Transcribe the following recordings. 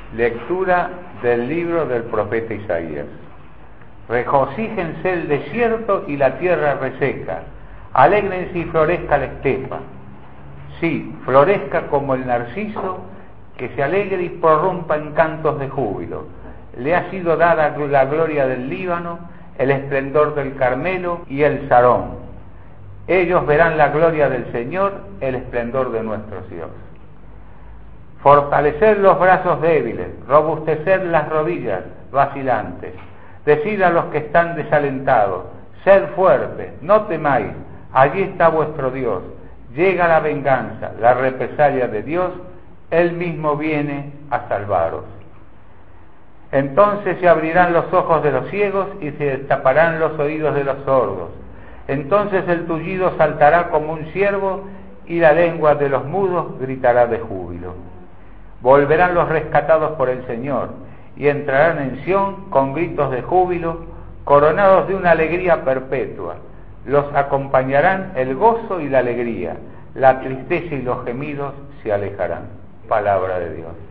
Lectura del libro del profeta Isaías. Regocíjense el desierto y la tierra reseca, alégrense y florezca la estepa. Sí, florezca como el narciso, que se alegre y prorrumpa en cantos de júbilo. Le ha sido dada la gloria del Líbano, el esplendor del Carmelo y el Sarón. Ellos verán la gloria del Señor, el esplendor de nuestro Dios. Fortalecer los brazos débiles, robustecer las rodillas vacilantes. Decid a los que están desalentados, sed fuertes, no temáis, allí está vuestro Dios. Llega la venganza, la represalia de Dios, Él mismo viene a salvaros. Entonces se abrirán los ojos de los ciegos y se destaparán los oídos de los sordos. Entonces el tullido saltará como un ciervo y la lengua de los mudos gritará de júbilo. Volverán los rescatados por el Señor y entrarán en Sión con gritos de júbilo, coronados de una alegría perpetua. Los acompañarán el gozo y la alegría, la tristeza y los gemidos se alejarán. Palabra de Dios.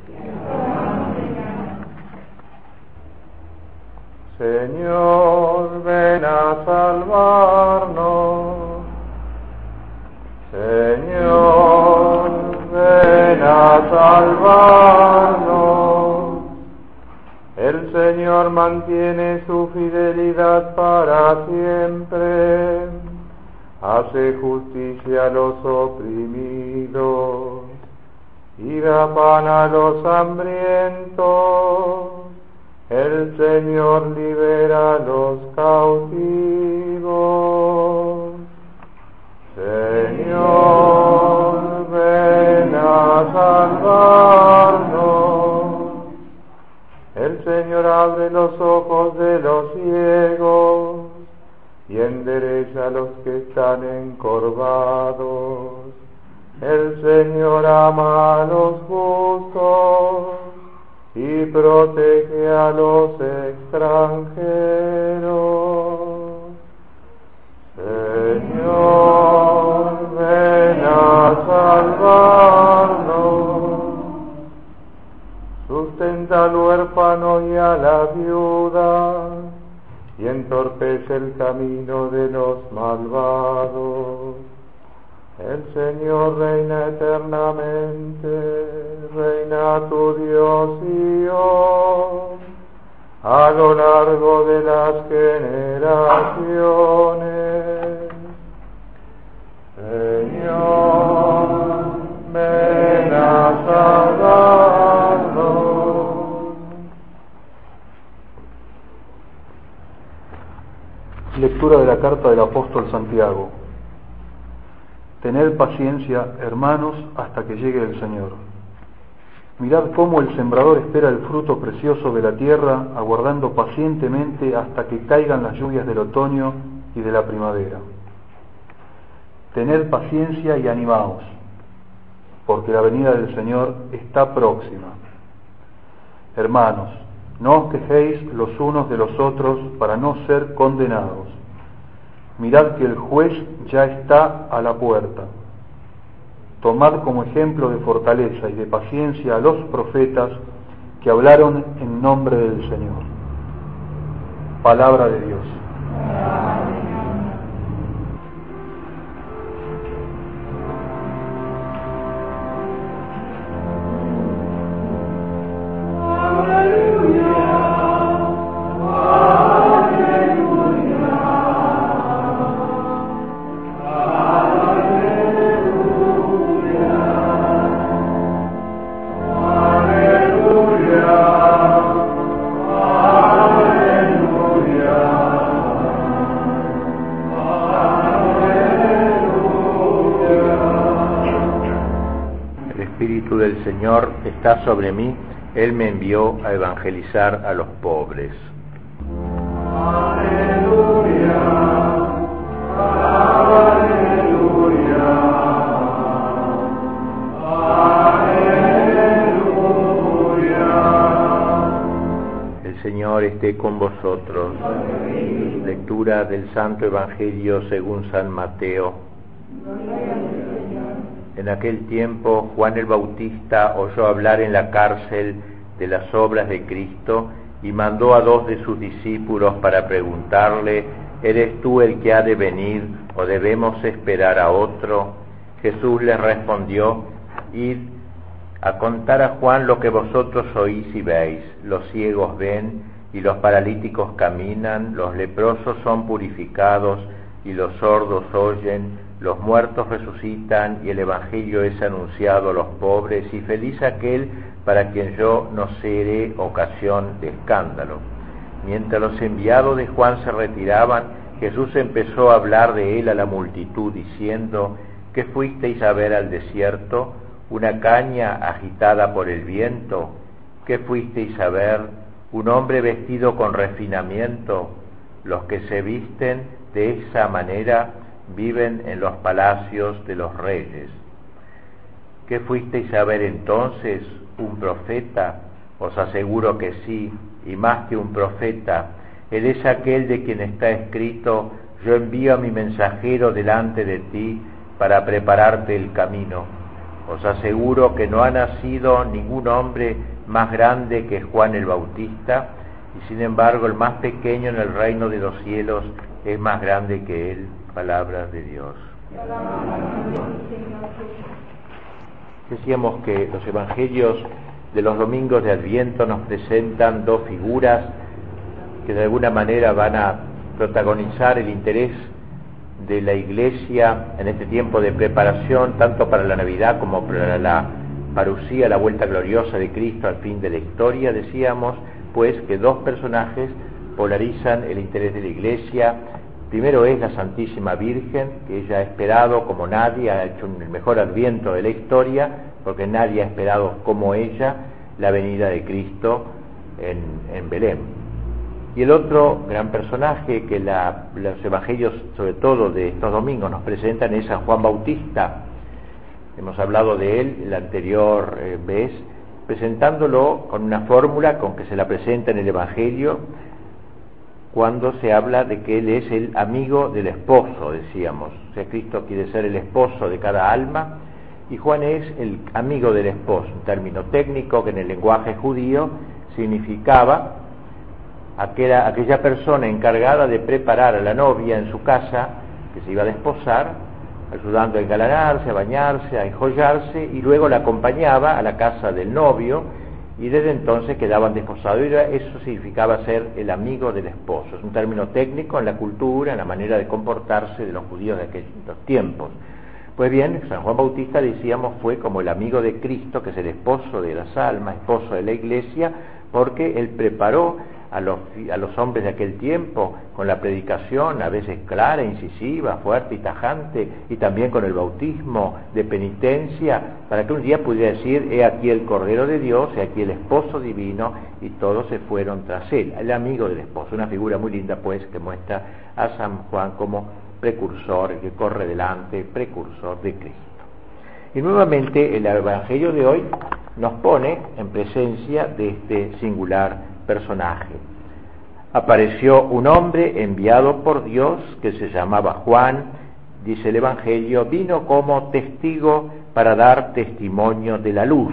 Señor, ven a salvarnos. Señor, ven a salvarnos. El Señor mantiene su fidelidad para siempre. Hace justicia a los oprimidos y da pan a los hambrientos. El Señor libera a los cautivos. Señor, ven a salvarnos. El Señor abre los ojos de los ciegos y endereza a los que están encorvados. El Señor ama a los justos y protege a los extranjeros. Señor, ven a salvarnos. Sustenta al huérfano y a la viuda y entorpece el camino de los malvados. El Señor reina eternamente, reina tu Dios Sion, a lo largo de las generaciones. Señor, ven a salvarnos. Lectura de la carta del apóstol Santiago. Tened paciencia, hermanos, hasta que llegue el Señor. Mirad cómo el sembrador espera el fruto precioso de la tierra, aguardando pacientemente hasta que caigan las lluvias del otoño y de la primavera. Tened paciencia y animaos, porque la venida del Señor está próxima. Hermanos, no os quejéis los unos de los otros para no ser condenados. Mirad que el juez ya está a la puerta. Tomad como ejemplo de fortaleza y de paciencia a los profetas que hablaron en nombre del Señor. Palabra de Dios. El Señor está sobre mí, Él me envió a evangelizar a los pobres. Aleluya, aleluya, aleluya. El Señor esté con vosotros. Lectura del Santo Evangelio según San Mateo. En aquel tiempo Juan el Bautista oyó hablar en la cárcel de las obras de Cristo y mandó a 2 de sus discípulos para preguntarle: ¿eres tú el que ha de venir o debemos esperar a otro? Jesús les respondió: id a contar a Juan lo que vosotros oís y veis. Los ciegos ven y los paralíticos caminan, los leprosos son purificados y los sordos oyen, los muertos resucitan y el evangelio es anunciado a los pobres, y feliz aquel para quien yo no seré ocasión de escándalo. Mientras los enviados de Juan se retiraban, Jesús empezó a hablar de él a la multitud, diciendo: ¿qué fuisteis a ver al desierto? ¿Una caña agitada por el viento? ¿Qué fuisteis a ver? ¿Un hombre vestido con refinamiento? Los que se visten de esa manera viven en los palacios de los reyes. ¿Qué fuisteis a ver entonces? ¿Un profeta? Os aseguro que sí, y más que un profeta. Él es aquel de quien está escrito: yo envío a mi mensajero delante de ti para prepararte el camino. Os aseguro que no ha nacido ningún hombre más grande que Juan el Bautista, y sin embargo el más pequeño en el reino de los cielos es más grande que él. Palabra de Dios. Decíamos que los evangelios de los domingos de Adviento nos presentan 2 figuras que de alguna manera van a protagonizar el interés de la Iglesia en este tiempo de preparación, tanto para la Navidad como para la parucía, la vuelta gloriosa de Cristo al fin de la historia. Decíamos pues que 2 personajes polarizan el interés de la Iglesia. Primero es la Santísima Virgen, que ella ha esperado como nadie, ha hecho el mejor adviento de la historia, porque nadie ha esperado como ella la venida de Cristo en Belén. Y el otro gran personaje que los evangelios, sobre todo de estos domingos, nos presentan es San Juan Bautista. Hemos hablado de él la anterior vez, presentándolo con una fórmula con que se la presenta en el evangelio, cuando se habla de que él es el amigo del esposo, decíamos. O sea, Cristo quiere ser el esposo de cada alma, y Juan es el amigo del esposo, un término técnico que en el lenguaje judío significaba aquella persona encargada de preparar a la novia en su casa, que se iba a desposar, ayudando a engalanarse, a bañarse, a enjollarse, y luego la acompañaba a la casa del novio, y desde entonces quedaban desposados. Y eso significaba ser el amigo del esposo. Es un término técnico en la cultura, en la manera de comportarse de los judíos de aquellos tiempos. Pues bien, San Juan Bautista, decíamos, fue como el amigo de Cristo, que es el esposo de las almas, esposo de la Iglesia, porque él preparó a los hombres de aquel tiempo con la predicación, a veces clara, incisiva, fuerte y tajante, y también con el bautismo de penitencia, para que un día pudiera decir: he aquí el Cordero de Dios, he aquí el esposo divino, y todos se fueron tras él, el amigo del esposo. Una figura muy linda pues, que muestra a San Juan como precursor, el que corre delante, precursor de Cristo. Y nuevamente el evangelio de hoy nos pone en presencia de este singular personaje. Apareció un hombre enviado por Dios que se llamaba Juan, dice el evangelio, vino como testigo para dar testimonio de la luz.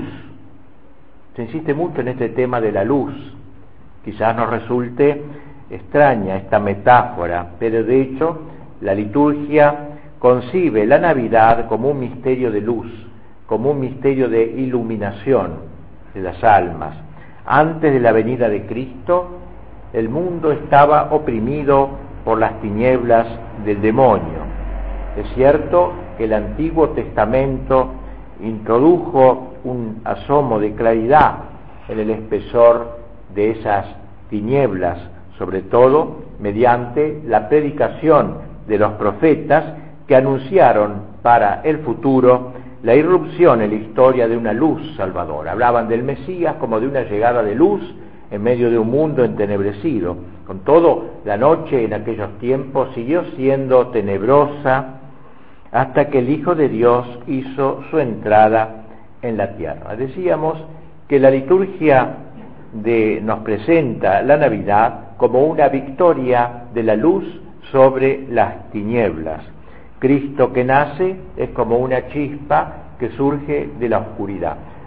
Se insiste mucho en este tema de la luz. Quizás nos resulte extraña esta metáfora, pero de hecho la liturgia concibe la Navidad como un misterio de luz, como un misterio de iluminación de las almas. Antes de la venida de Cristo, el mundo estaba oprimido por las tinieblas del demonio. Es cierto que el Antiguo Testamento introdujo un asomo de claridad en el espesor de esas tinieblas, sobre todo mediante la predicación de los profetas que anunciaron para el futuro la irrupción en la historia de una luz salvadora. Hablaban del Mesías como de una llegada de luz en medio de un mundo entenebrecido. Con todo, la noche en aquellos tiempos siguió siendo tenebrosa hasta que el Hijo de Dios hizo su entrada en la tierra. Decíamos que la liturgia nos presenta la Navidad como una victoria de la luz sobre las tinieblas. Cristo que nace es como una chispa que surge de la oscuridad.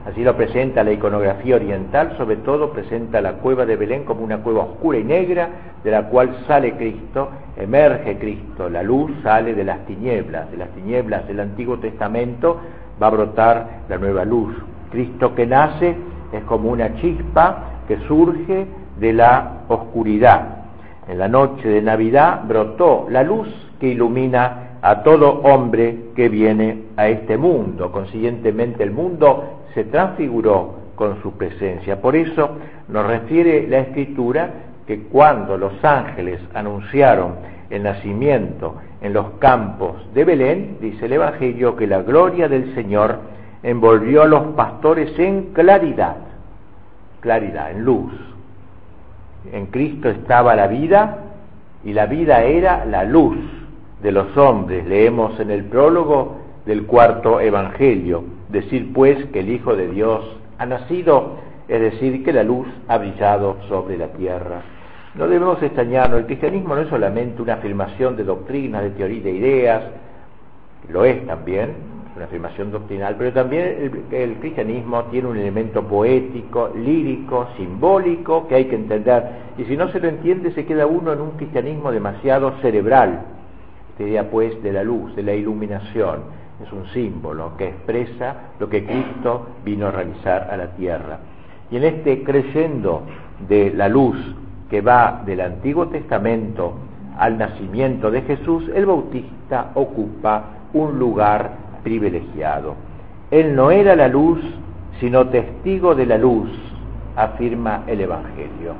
Así lo presenta la iconografía oriental, sobre todo presenta la cueva de Belén como una cueva oscura y negra, de la cual sale Cristo, emerge Cristo, la luz sale de las tinieblas del Antiguo Testamento va a brotar la nueva luz. Cristo que nace es como una chispa que surge de la oscuridad. En la noche de Navidad brotó la luz que ilumina a todo hombre que viene a este mundo. Consiguientemente el mundo se transfiguró con su presencia. Por eso nos refiere la Escritura que cuando los ángeles anunciaron el nacimiento en los campos de Belén, dice el Evangelio que la gloria del Señor envolvió a los pastores en claridad, en luz. En Cristo estaba la vida, y la vida era la luz de los hombres. Leemos en el prólogo del cuarto Evangelio: decir pues que el Hijo de Dios ha nacido, es decir, que la luz ha brillado sobre la tierra. No debemos extrañarnos, el cristianismo no es solamente una afirmación de doctrinas, de teorías, de ideas, lo es también, una afirmación doctrinal, pero también el cristianismo tiene un elemento poético, lírico, simbólico, que hay que entender, y si no se lo entiende se queda uno en un cristianismo demasiado cerebral. Esta idea pues de la luz, de la iluminación, es un símbolo que expresa lo que Cristo vino a realizar a la tierra. Y en este creyendo de la luz que va del Antiguo Testamento al nacimiento de Jesús, el Bautista ocupa un lugar privilegiado. Él no era la luz, sino testigo de la luz, afirma el Evangelio.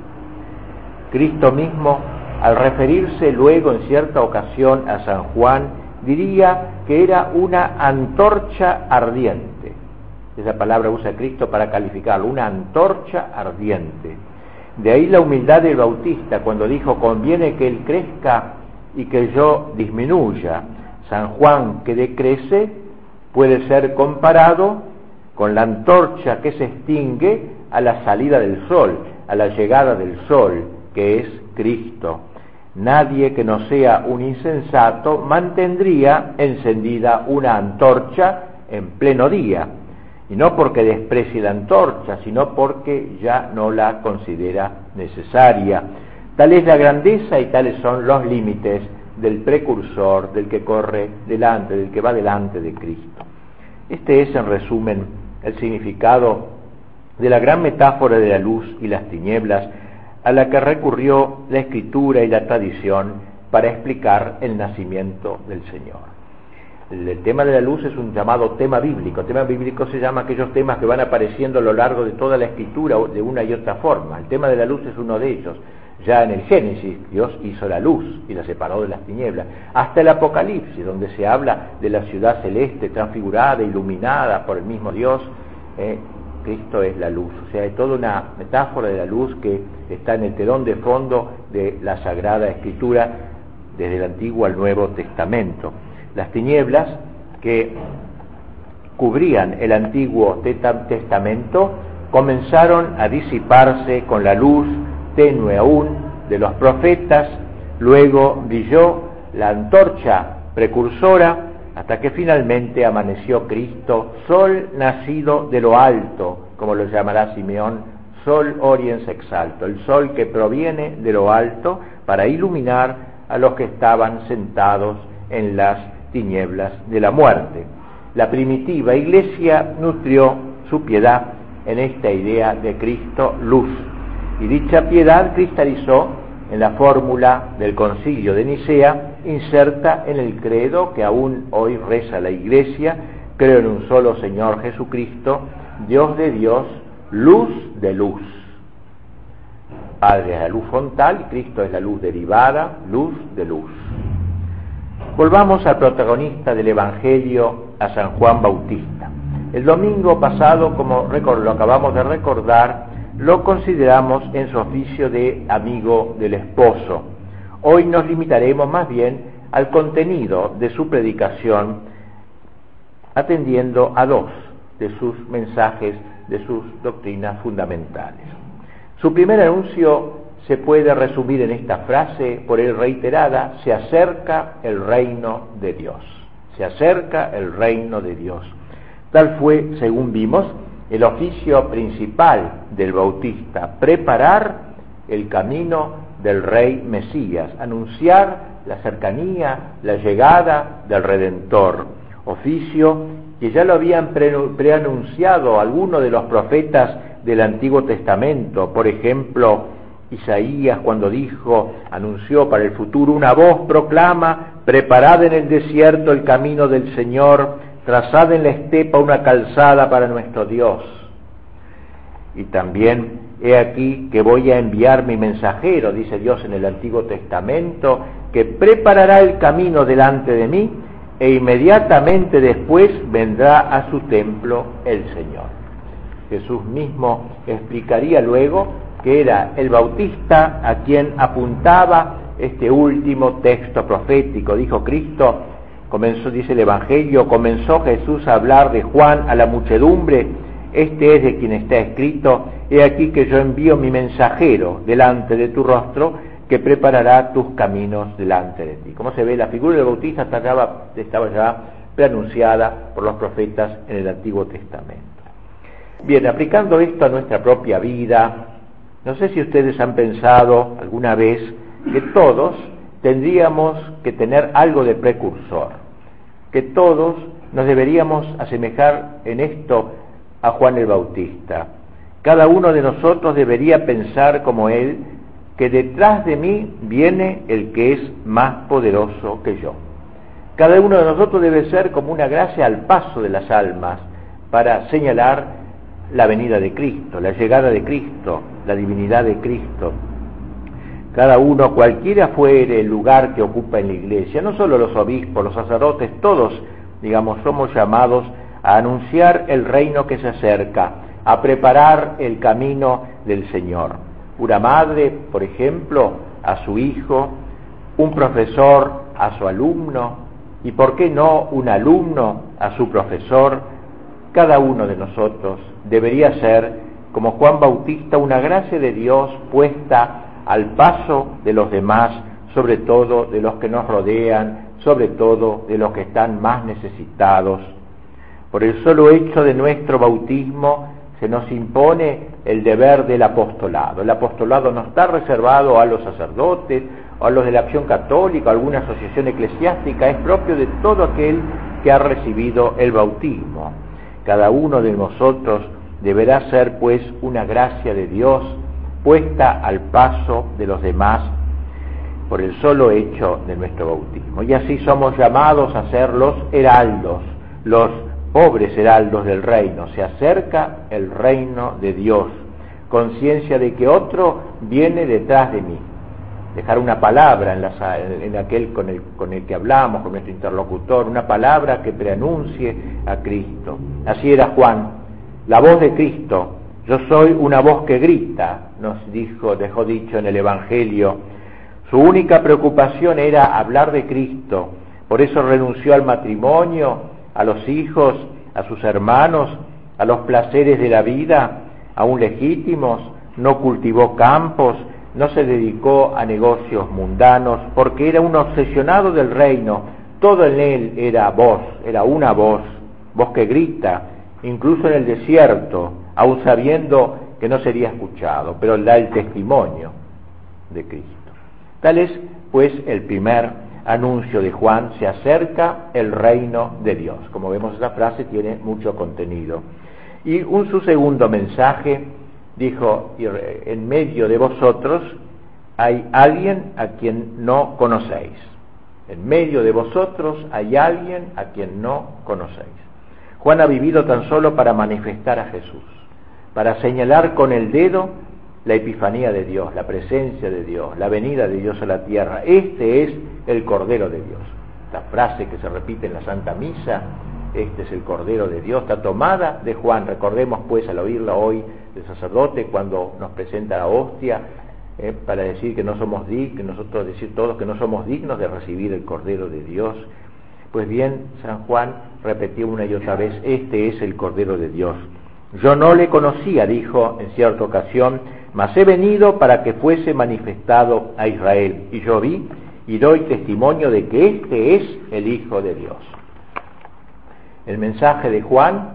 Cristo mismo, al referirse luego en cierta ocasión a San Juan, diría que era una antorcha ardiente. Esa palabra usa Cristo para calificarlo, una antorcha ardiente. De ahí la humildad del Bautista cuando dijo: conviene que él crezca y que yo disminuya. San Juan, que decrece, puede ser comparado con la antorcha que se extingue a la salida del sol, a la llegada del sol, que es Cristo. Nadie que no sea un insensato mantendría encendida una antorcha en pleno día, y no porque desprecie la antorcha, sino porque ya no la considera necesaria. Tal es la grandeza y tales son los límites del precursor, del que corre delante, del que va delante de Cristo. Este es, en resumen, el significado de la gran metáfora de la luz y las tinieblas a la que recurrió la Escritura y la tradición para explicar el nacimiento del Señor. El tema de la luz es un llamado tema bíblico. Tema bíblico se llama aquellos temas que van apareciendo a lo largo de toda la Escritura de una y otra forma. El tema de la luz es uno de ellos. Ya en el Génesis, Dios hizo la luz y la separó de las tinieblas. Hasta el Apocalipsis, donde se habla de la ciudad celeste transfigurada, iluminada por el mismo Dios, Cristo es la luz. O sea, es toda una metáfora de la luz que está en el telón de fondo de la Sagrada Escritura, desde el Antiguo al Nuevo Testamento. Las tinieblas que cubrían el Antiguo Testamento comenzaron a disiparse con la luz tenue aún de los profetas, luego brilló la antorcha precursora hasta que finalmente amaneció Cristo, sol nacido de lo alto, como lo llamará Simeón, sol oriens exalto, el sol que proviene de lo alto para iluminar a los que estaban sentados en las tinieblas de la muerte. La primitiva Iglesia nutrió su piedad en esta idea de Cristo luz, y dicha piedad cristalizó en la fórmula del Concilio de Nicea, inserta en el credo que aún hoy reza la Iglesia: creo en un solo Señor Jesucristo, Dios de Dios, luz de luz. Padre es la luz frontal y Cristo es la luz derivada, luz de luz. Volvamos al protagonista del Evangelio, a San Juan Bautista. El domingo pasado, como lo acabamos de recordar, lo consideramos en su oficio de amigo del esposo. Hoy nos limitaremos más bien al contenido de su predicación, atendiendo a dos de sus mensajes, de sus doctrinas fundamentales. Su primer anuncio se puede resumir en esta frase, por él reiterada: se acerca el reino de Dios. Se acerca el reino de Dios. Tal fue, según vimos, el oficio principal del bautista, preparar el camino del Rey Mesías, anunciar la cercanía, la llegada del Redentor, oficio que ya lo habían preanunciado algunos de los profetas del Antiguo Testamento. Por ejemplo, Isaías, cuando anunció para el futuro: una voz proclama, preparad en el desierto el camino del Señor, trazad en la estepa una calzada para nuestro Dios. Y también: he aquí que voy a enviar mi mensajero, dice Dios en el Antiguo Testamento, que preparará el camino delante de mí, e inmediatamente después vendrá a su templo el Señor. Jesús mismo explicaría luego que era el Bautista a quien apuntaba este último texto profético. Dijo Cristo, dice el Evangelio, comenzó Jesús a hablar de Juan a la muchedumbre: este es de quien está escrito: he aquí que yo envío mi mensajero delante de tu rostro, que preparará tus caminos delante de ti. Como se ve, la figura del Bautista estaba ya preanunciada por los profetas en el Antiguo Testamento. Bien, aplicando esto a nuestra propia vida, no sé si ustedes han pensado alguna vez que todos tendríamos que tener algo de precursor, que todos nos deberíamos asemejar en esto a Juan el Bautista. Cada uno de nosotros debería pensar como él, que detrás de mí viene el que es más poderoso que yo. Cada uno de nosotros debe ser como una gracia al paso de las almas para señalar la venida de Cristo, la llegada de Cristo, la divinidad de Cristo. Cada uno, cualquiera fuere el lugar que ocupa en la iglesia, no solo los obispos, los sacerdotes, todos, somos llamados a anunciar el reino que se acerca, a preparar el camino del Señor. Una madre, por ejemplo, a su hijo, un profesor a su alumno, y por qué no un alumno a su profesor. Cada uno de nosotros debería ser, como Juan Bautista, una gracia de Dios puesta al paso de los demás, sobre todo de los que nos rodean, sobre todo de los que están más necesitados. Por el solo hecho de nuestro bautismo se nos impone el deber del apostolado. El apostolado no está reservado a los sacerdotes o a los de la Acción Católica o alguna asociación eclesiástica, es propio de todo aquel que ha recibido el bautismo. Cada uno de nosotros deberá ser, pues, una gracia de Dios puesta al paso de los demás por el solo hecho de nuestro bautismo. Y así somos llamados a ser los heraldos, los pobres heraldos del reino. Se acerca el reino de Dios, conciencia de que otro viene detrás de mí. Dejar una palabra en aquel con el que hablamos, con nuestro interlocutor, una palabra que preanuncie a Cristo. Así era Juan, la voz de Cristo. Yo soy una voz que grita, dejó dicho en el Evangelio. Su única preocupación era hablar de Cristo. Por eso renunció al matrimonio, a los hijos, a sus hermanos, a los placeres de la vida, aún legítimos. No cultivó campos, no se dedicó a negocios mundanos, porque era un obsesionado del reino. Todo en él era voz, era una voz que grita, incluso en el desierto, aún sabiendo que no sería escuchado, pero da el testimonio de Cristo. Tal es, pues, el primer anuncio de Juan: se acerca el reino de Dios. Como vemos, esa frase tiene mucho contenido. Y su segundo mensaje dijo: en medio de vosotros hay alguien a quien no conocéis. En medio de vosotros hay alguien a quien no conocéis. Juan ha vivido tan solo para manifestar a Jesús, para señalar con el dedo la epifanía de Dios, la presencia de Dios, la venida de Dios a la tierra. Este es el Cordero de Dios. La frase que se repite en la Santa Misa, este es el Cordero de Dios, está tomada de Juan. Recordemos, pues, al oírla hoy el sacerdote cuando nos presenta la hostia, para decir que no somos dignos, nosotros decir todos que no somos dignos de recibir el Cordero de Dios. Pues bien, San Juan repetía una y otra vez: este es el Cordero de Dios. Yo no le conocía, dijo en cierta ocasión, mas he venido para que fuese manifestado a Israel. Y yo vi y doy testimonio de que este es el Hijo de Dios. El mensaje de Juan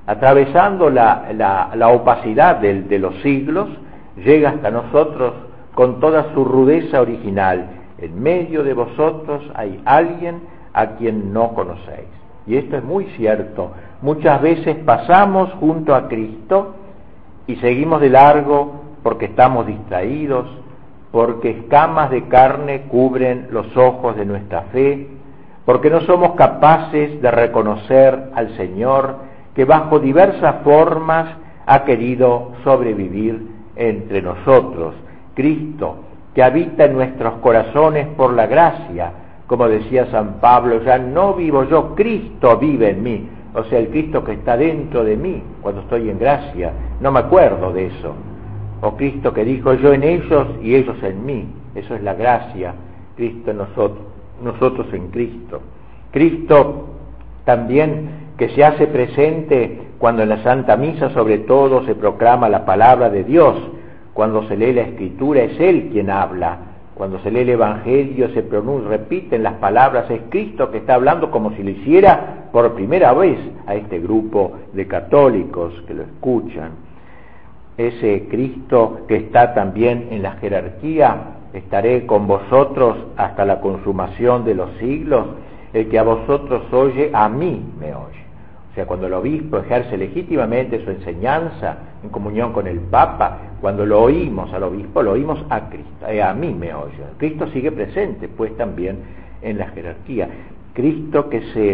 atravesando la opacidad de los siglos, llega hasta nosotros con toda su rudeza original. En medio de vosotros hay alguien a quien no conocéis. Y esto es muy cierto. Muchas veces pasamos junto a Cristo y seguimos de largo porque estamos distraídos, porque escamas de carne cubren los ojos de nuestra fe, porque no somos capaces de reconocer al Señor que bajo diversas formas ha querido sobrevivir entre nosotros. Cristo, que habita en nuestros corazones por la gracia, como decía San Pablo, ya no vivo yo, Cristo vive en mí. O sea, el Cristo que está dentro de mí cuando estoy en gracia. No me acuerdo de eso. O Cristo que dijo, yo en ellos y ellos en mí. Eso es la gracia. Cristo en nosotros, nosotros en Cristo. Cristo también que se hace presente cuando en la Santa Misa sobre todo se proclama la palabra de Dios. Cuando se lee la Escritura es Él quien habla. Cuando se lee el Evangelio se repiten las palabras, es Cristo que está hablando como si lo hiciera por primera vez a este grupo de católicos que lo escuchan. Ese Cristo que está también en la jerarquía, estaré con vosotros hasta la consumación de los siglos, el que a vosotros oye, a mí me oye. O sea, cuando el obispo ejerce legítimamente su enseñanza en comunión con el Papa, cuando lo oímos al obispo, lo oímos a Cristo, a mí me oye. Cristo sigue presente, pues también en la jerarquía. Cristo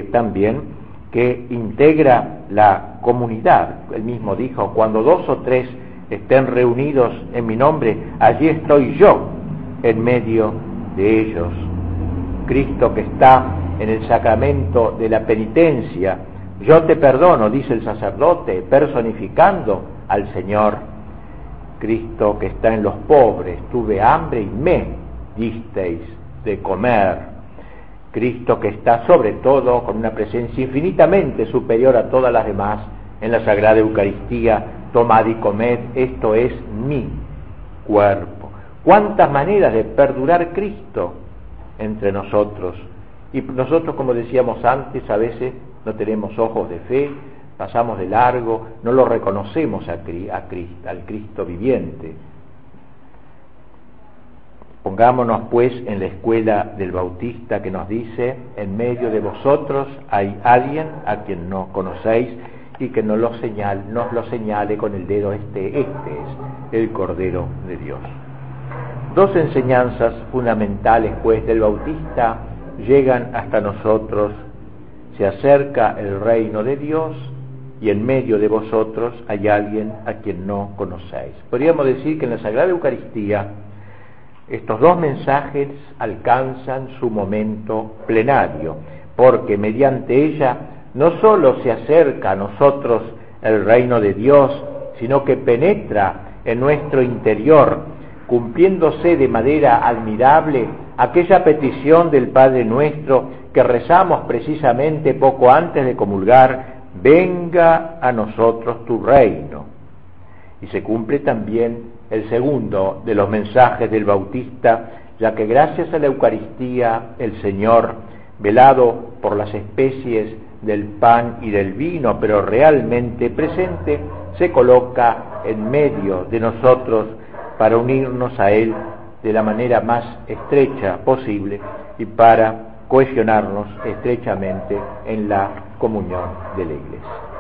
que integra la comunidad. Él mismo dijo, cuando 2 o 3 estén reunidos en mi nombre, allí estoy yo en medio de ellos. Cristo que está en el sacramento de la penitencia, yo te perdono, dice el sacerdote, personificando al Señor. Cristo que está en los pobres, tuve hambre y me disteis de comer. Cristo que está sobre todo con una presencia infinitamente superior a todas las demás en la Sagrada Eucaristía, tomad y comed, esto es mi cuerpo. ¿Cuántas maneras de perdurar Cristo entre nosotros? Y nosotros, como decíamos antes, a veces no tenemos ojos de fe, pasamos de largo, no lo reconocemos al Cristo viviente. Pongámonos pues en la escuela del Bautista que nos dice, en medio de vosotros hay alguien a quien no conocéis y que nos lo señale con el dedo, este es el Cordero de Dios. 2 enseñanzas fundamentales pues del Bautista llegan hasta nosotros. Se acerca el reino de Dios y en medio de vosotros hay alguien a quien no conocéis. Podríamos decir que en la Sagrada Eucaristía estos 2 mensajes alcanzan su momento plenario, porque mediante ella no solo se acerca a nosotros el reino de Dios, sino que penetra en nuestro interior, cumpliéndose de manera admirable aquella petición del Padre Nuestro que rezamos precisamente poco antes de comulgar, venga a nosotros tu reino. Y se cumple también el segundo de los mensajes del Bautista, ya que gracias a la Eucaristía el Señor, velado por las especies del pan y del vino, pero realmente presente, se coloca en medio de nosotros para unirnos a Él de la manera más estrecha posible y para cohesionarnos estrechamente en la comunión de la Iglesia.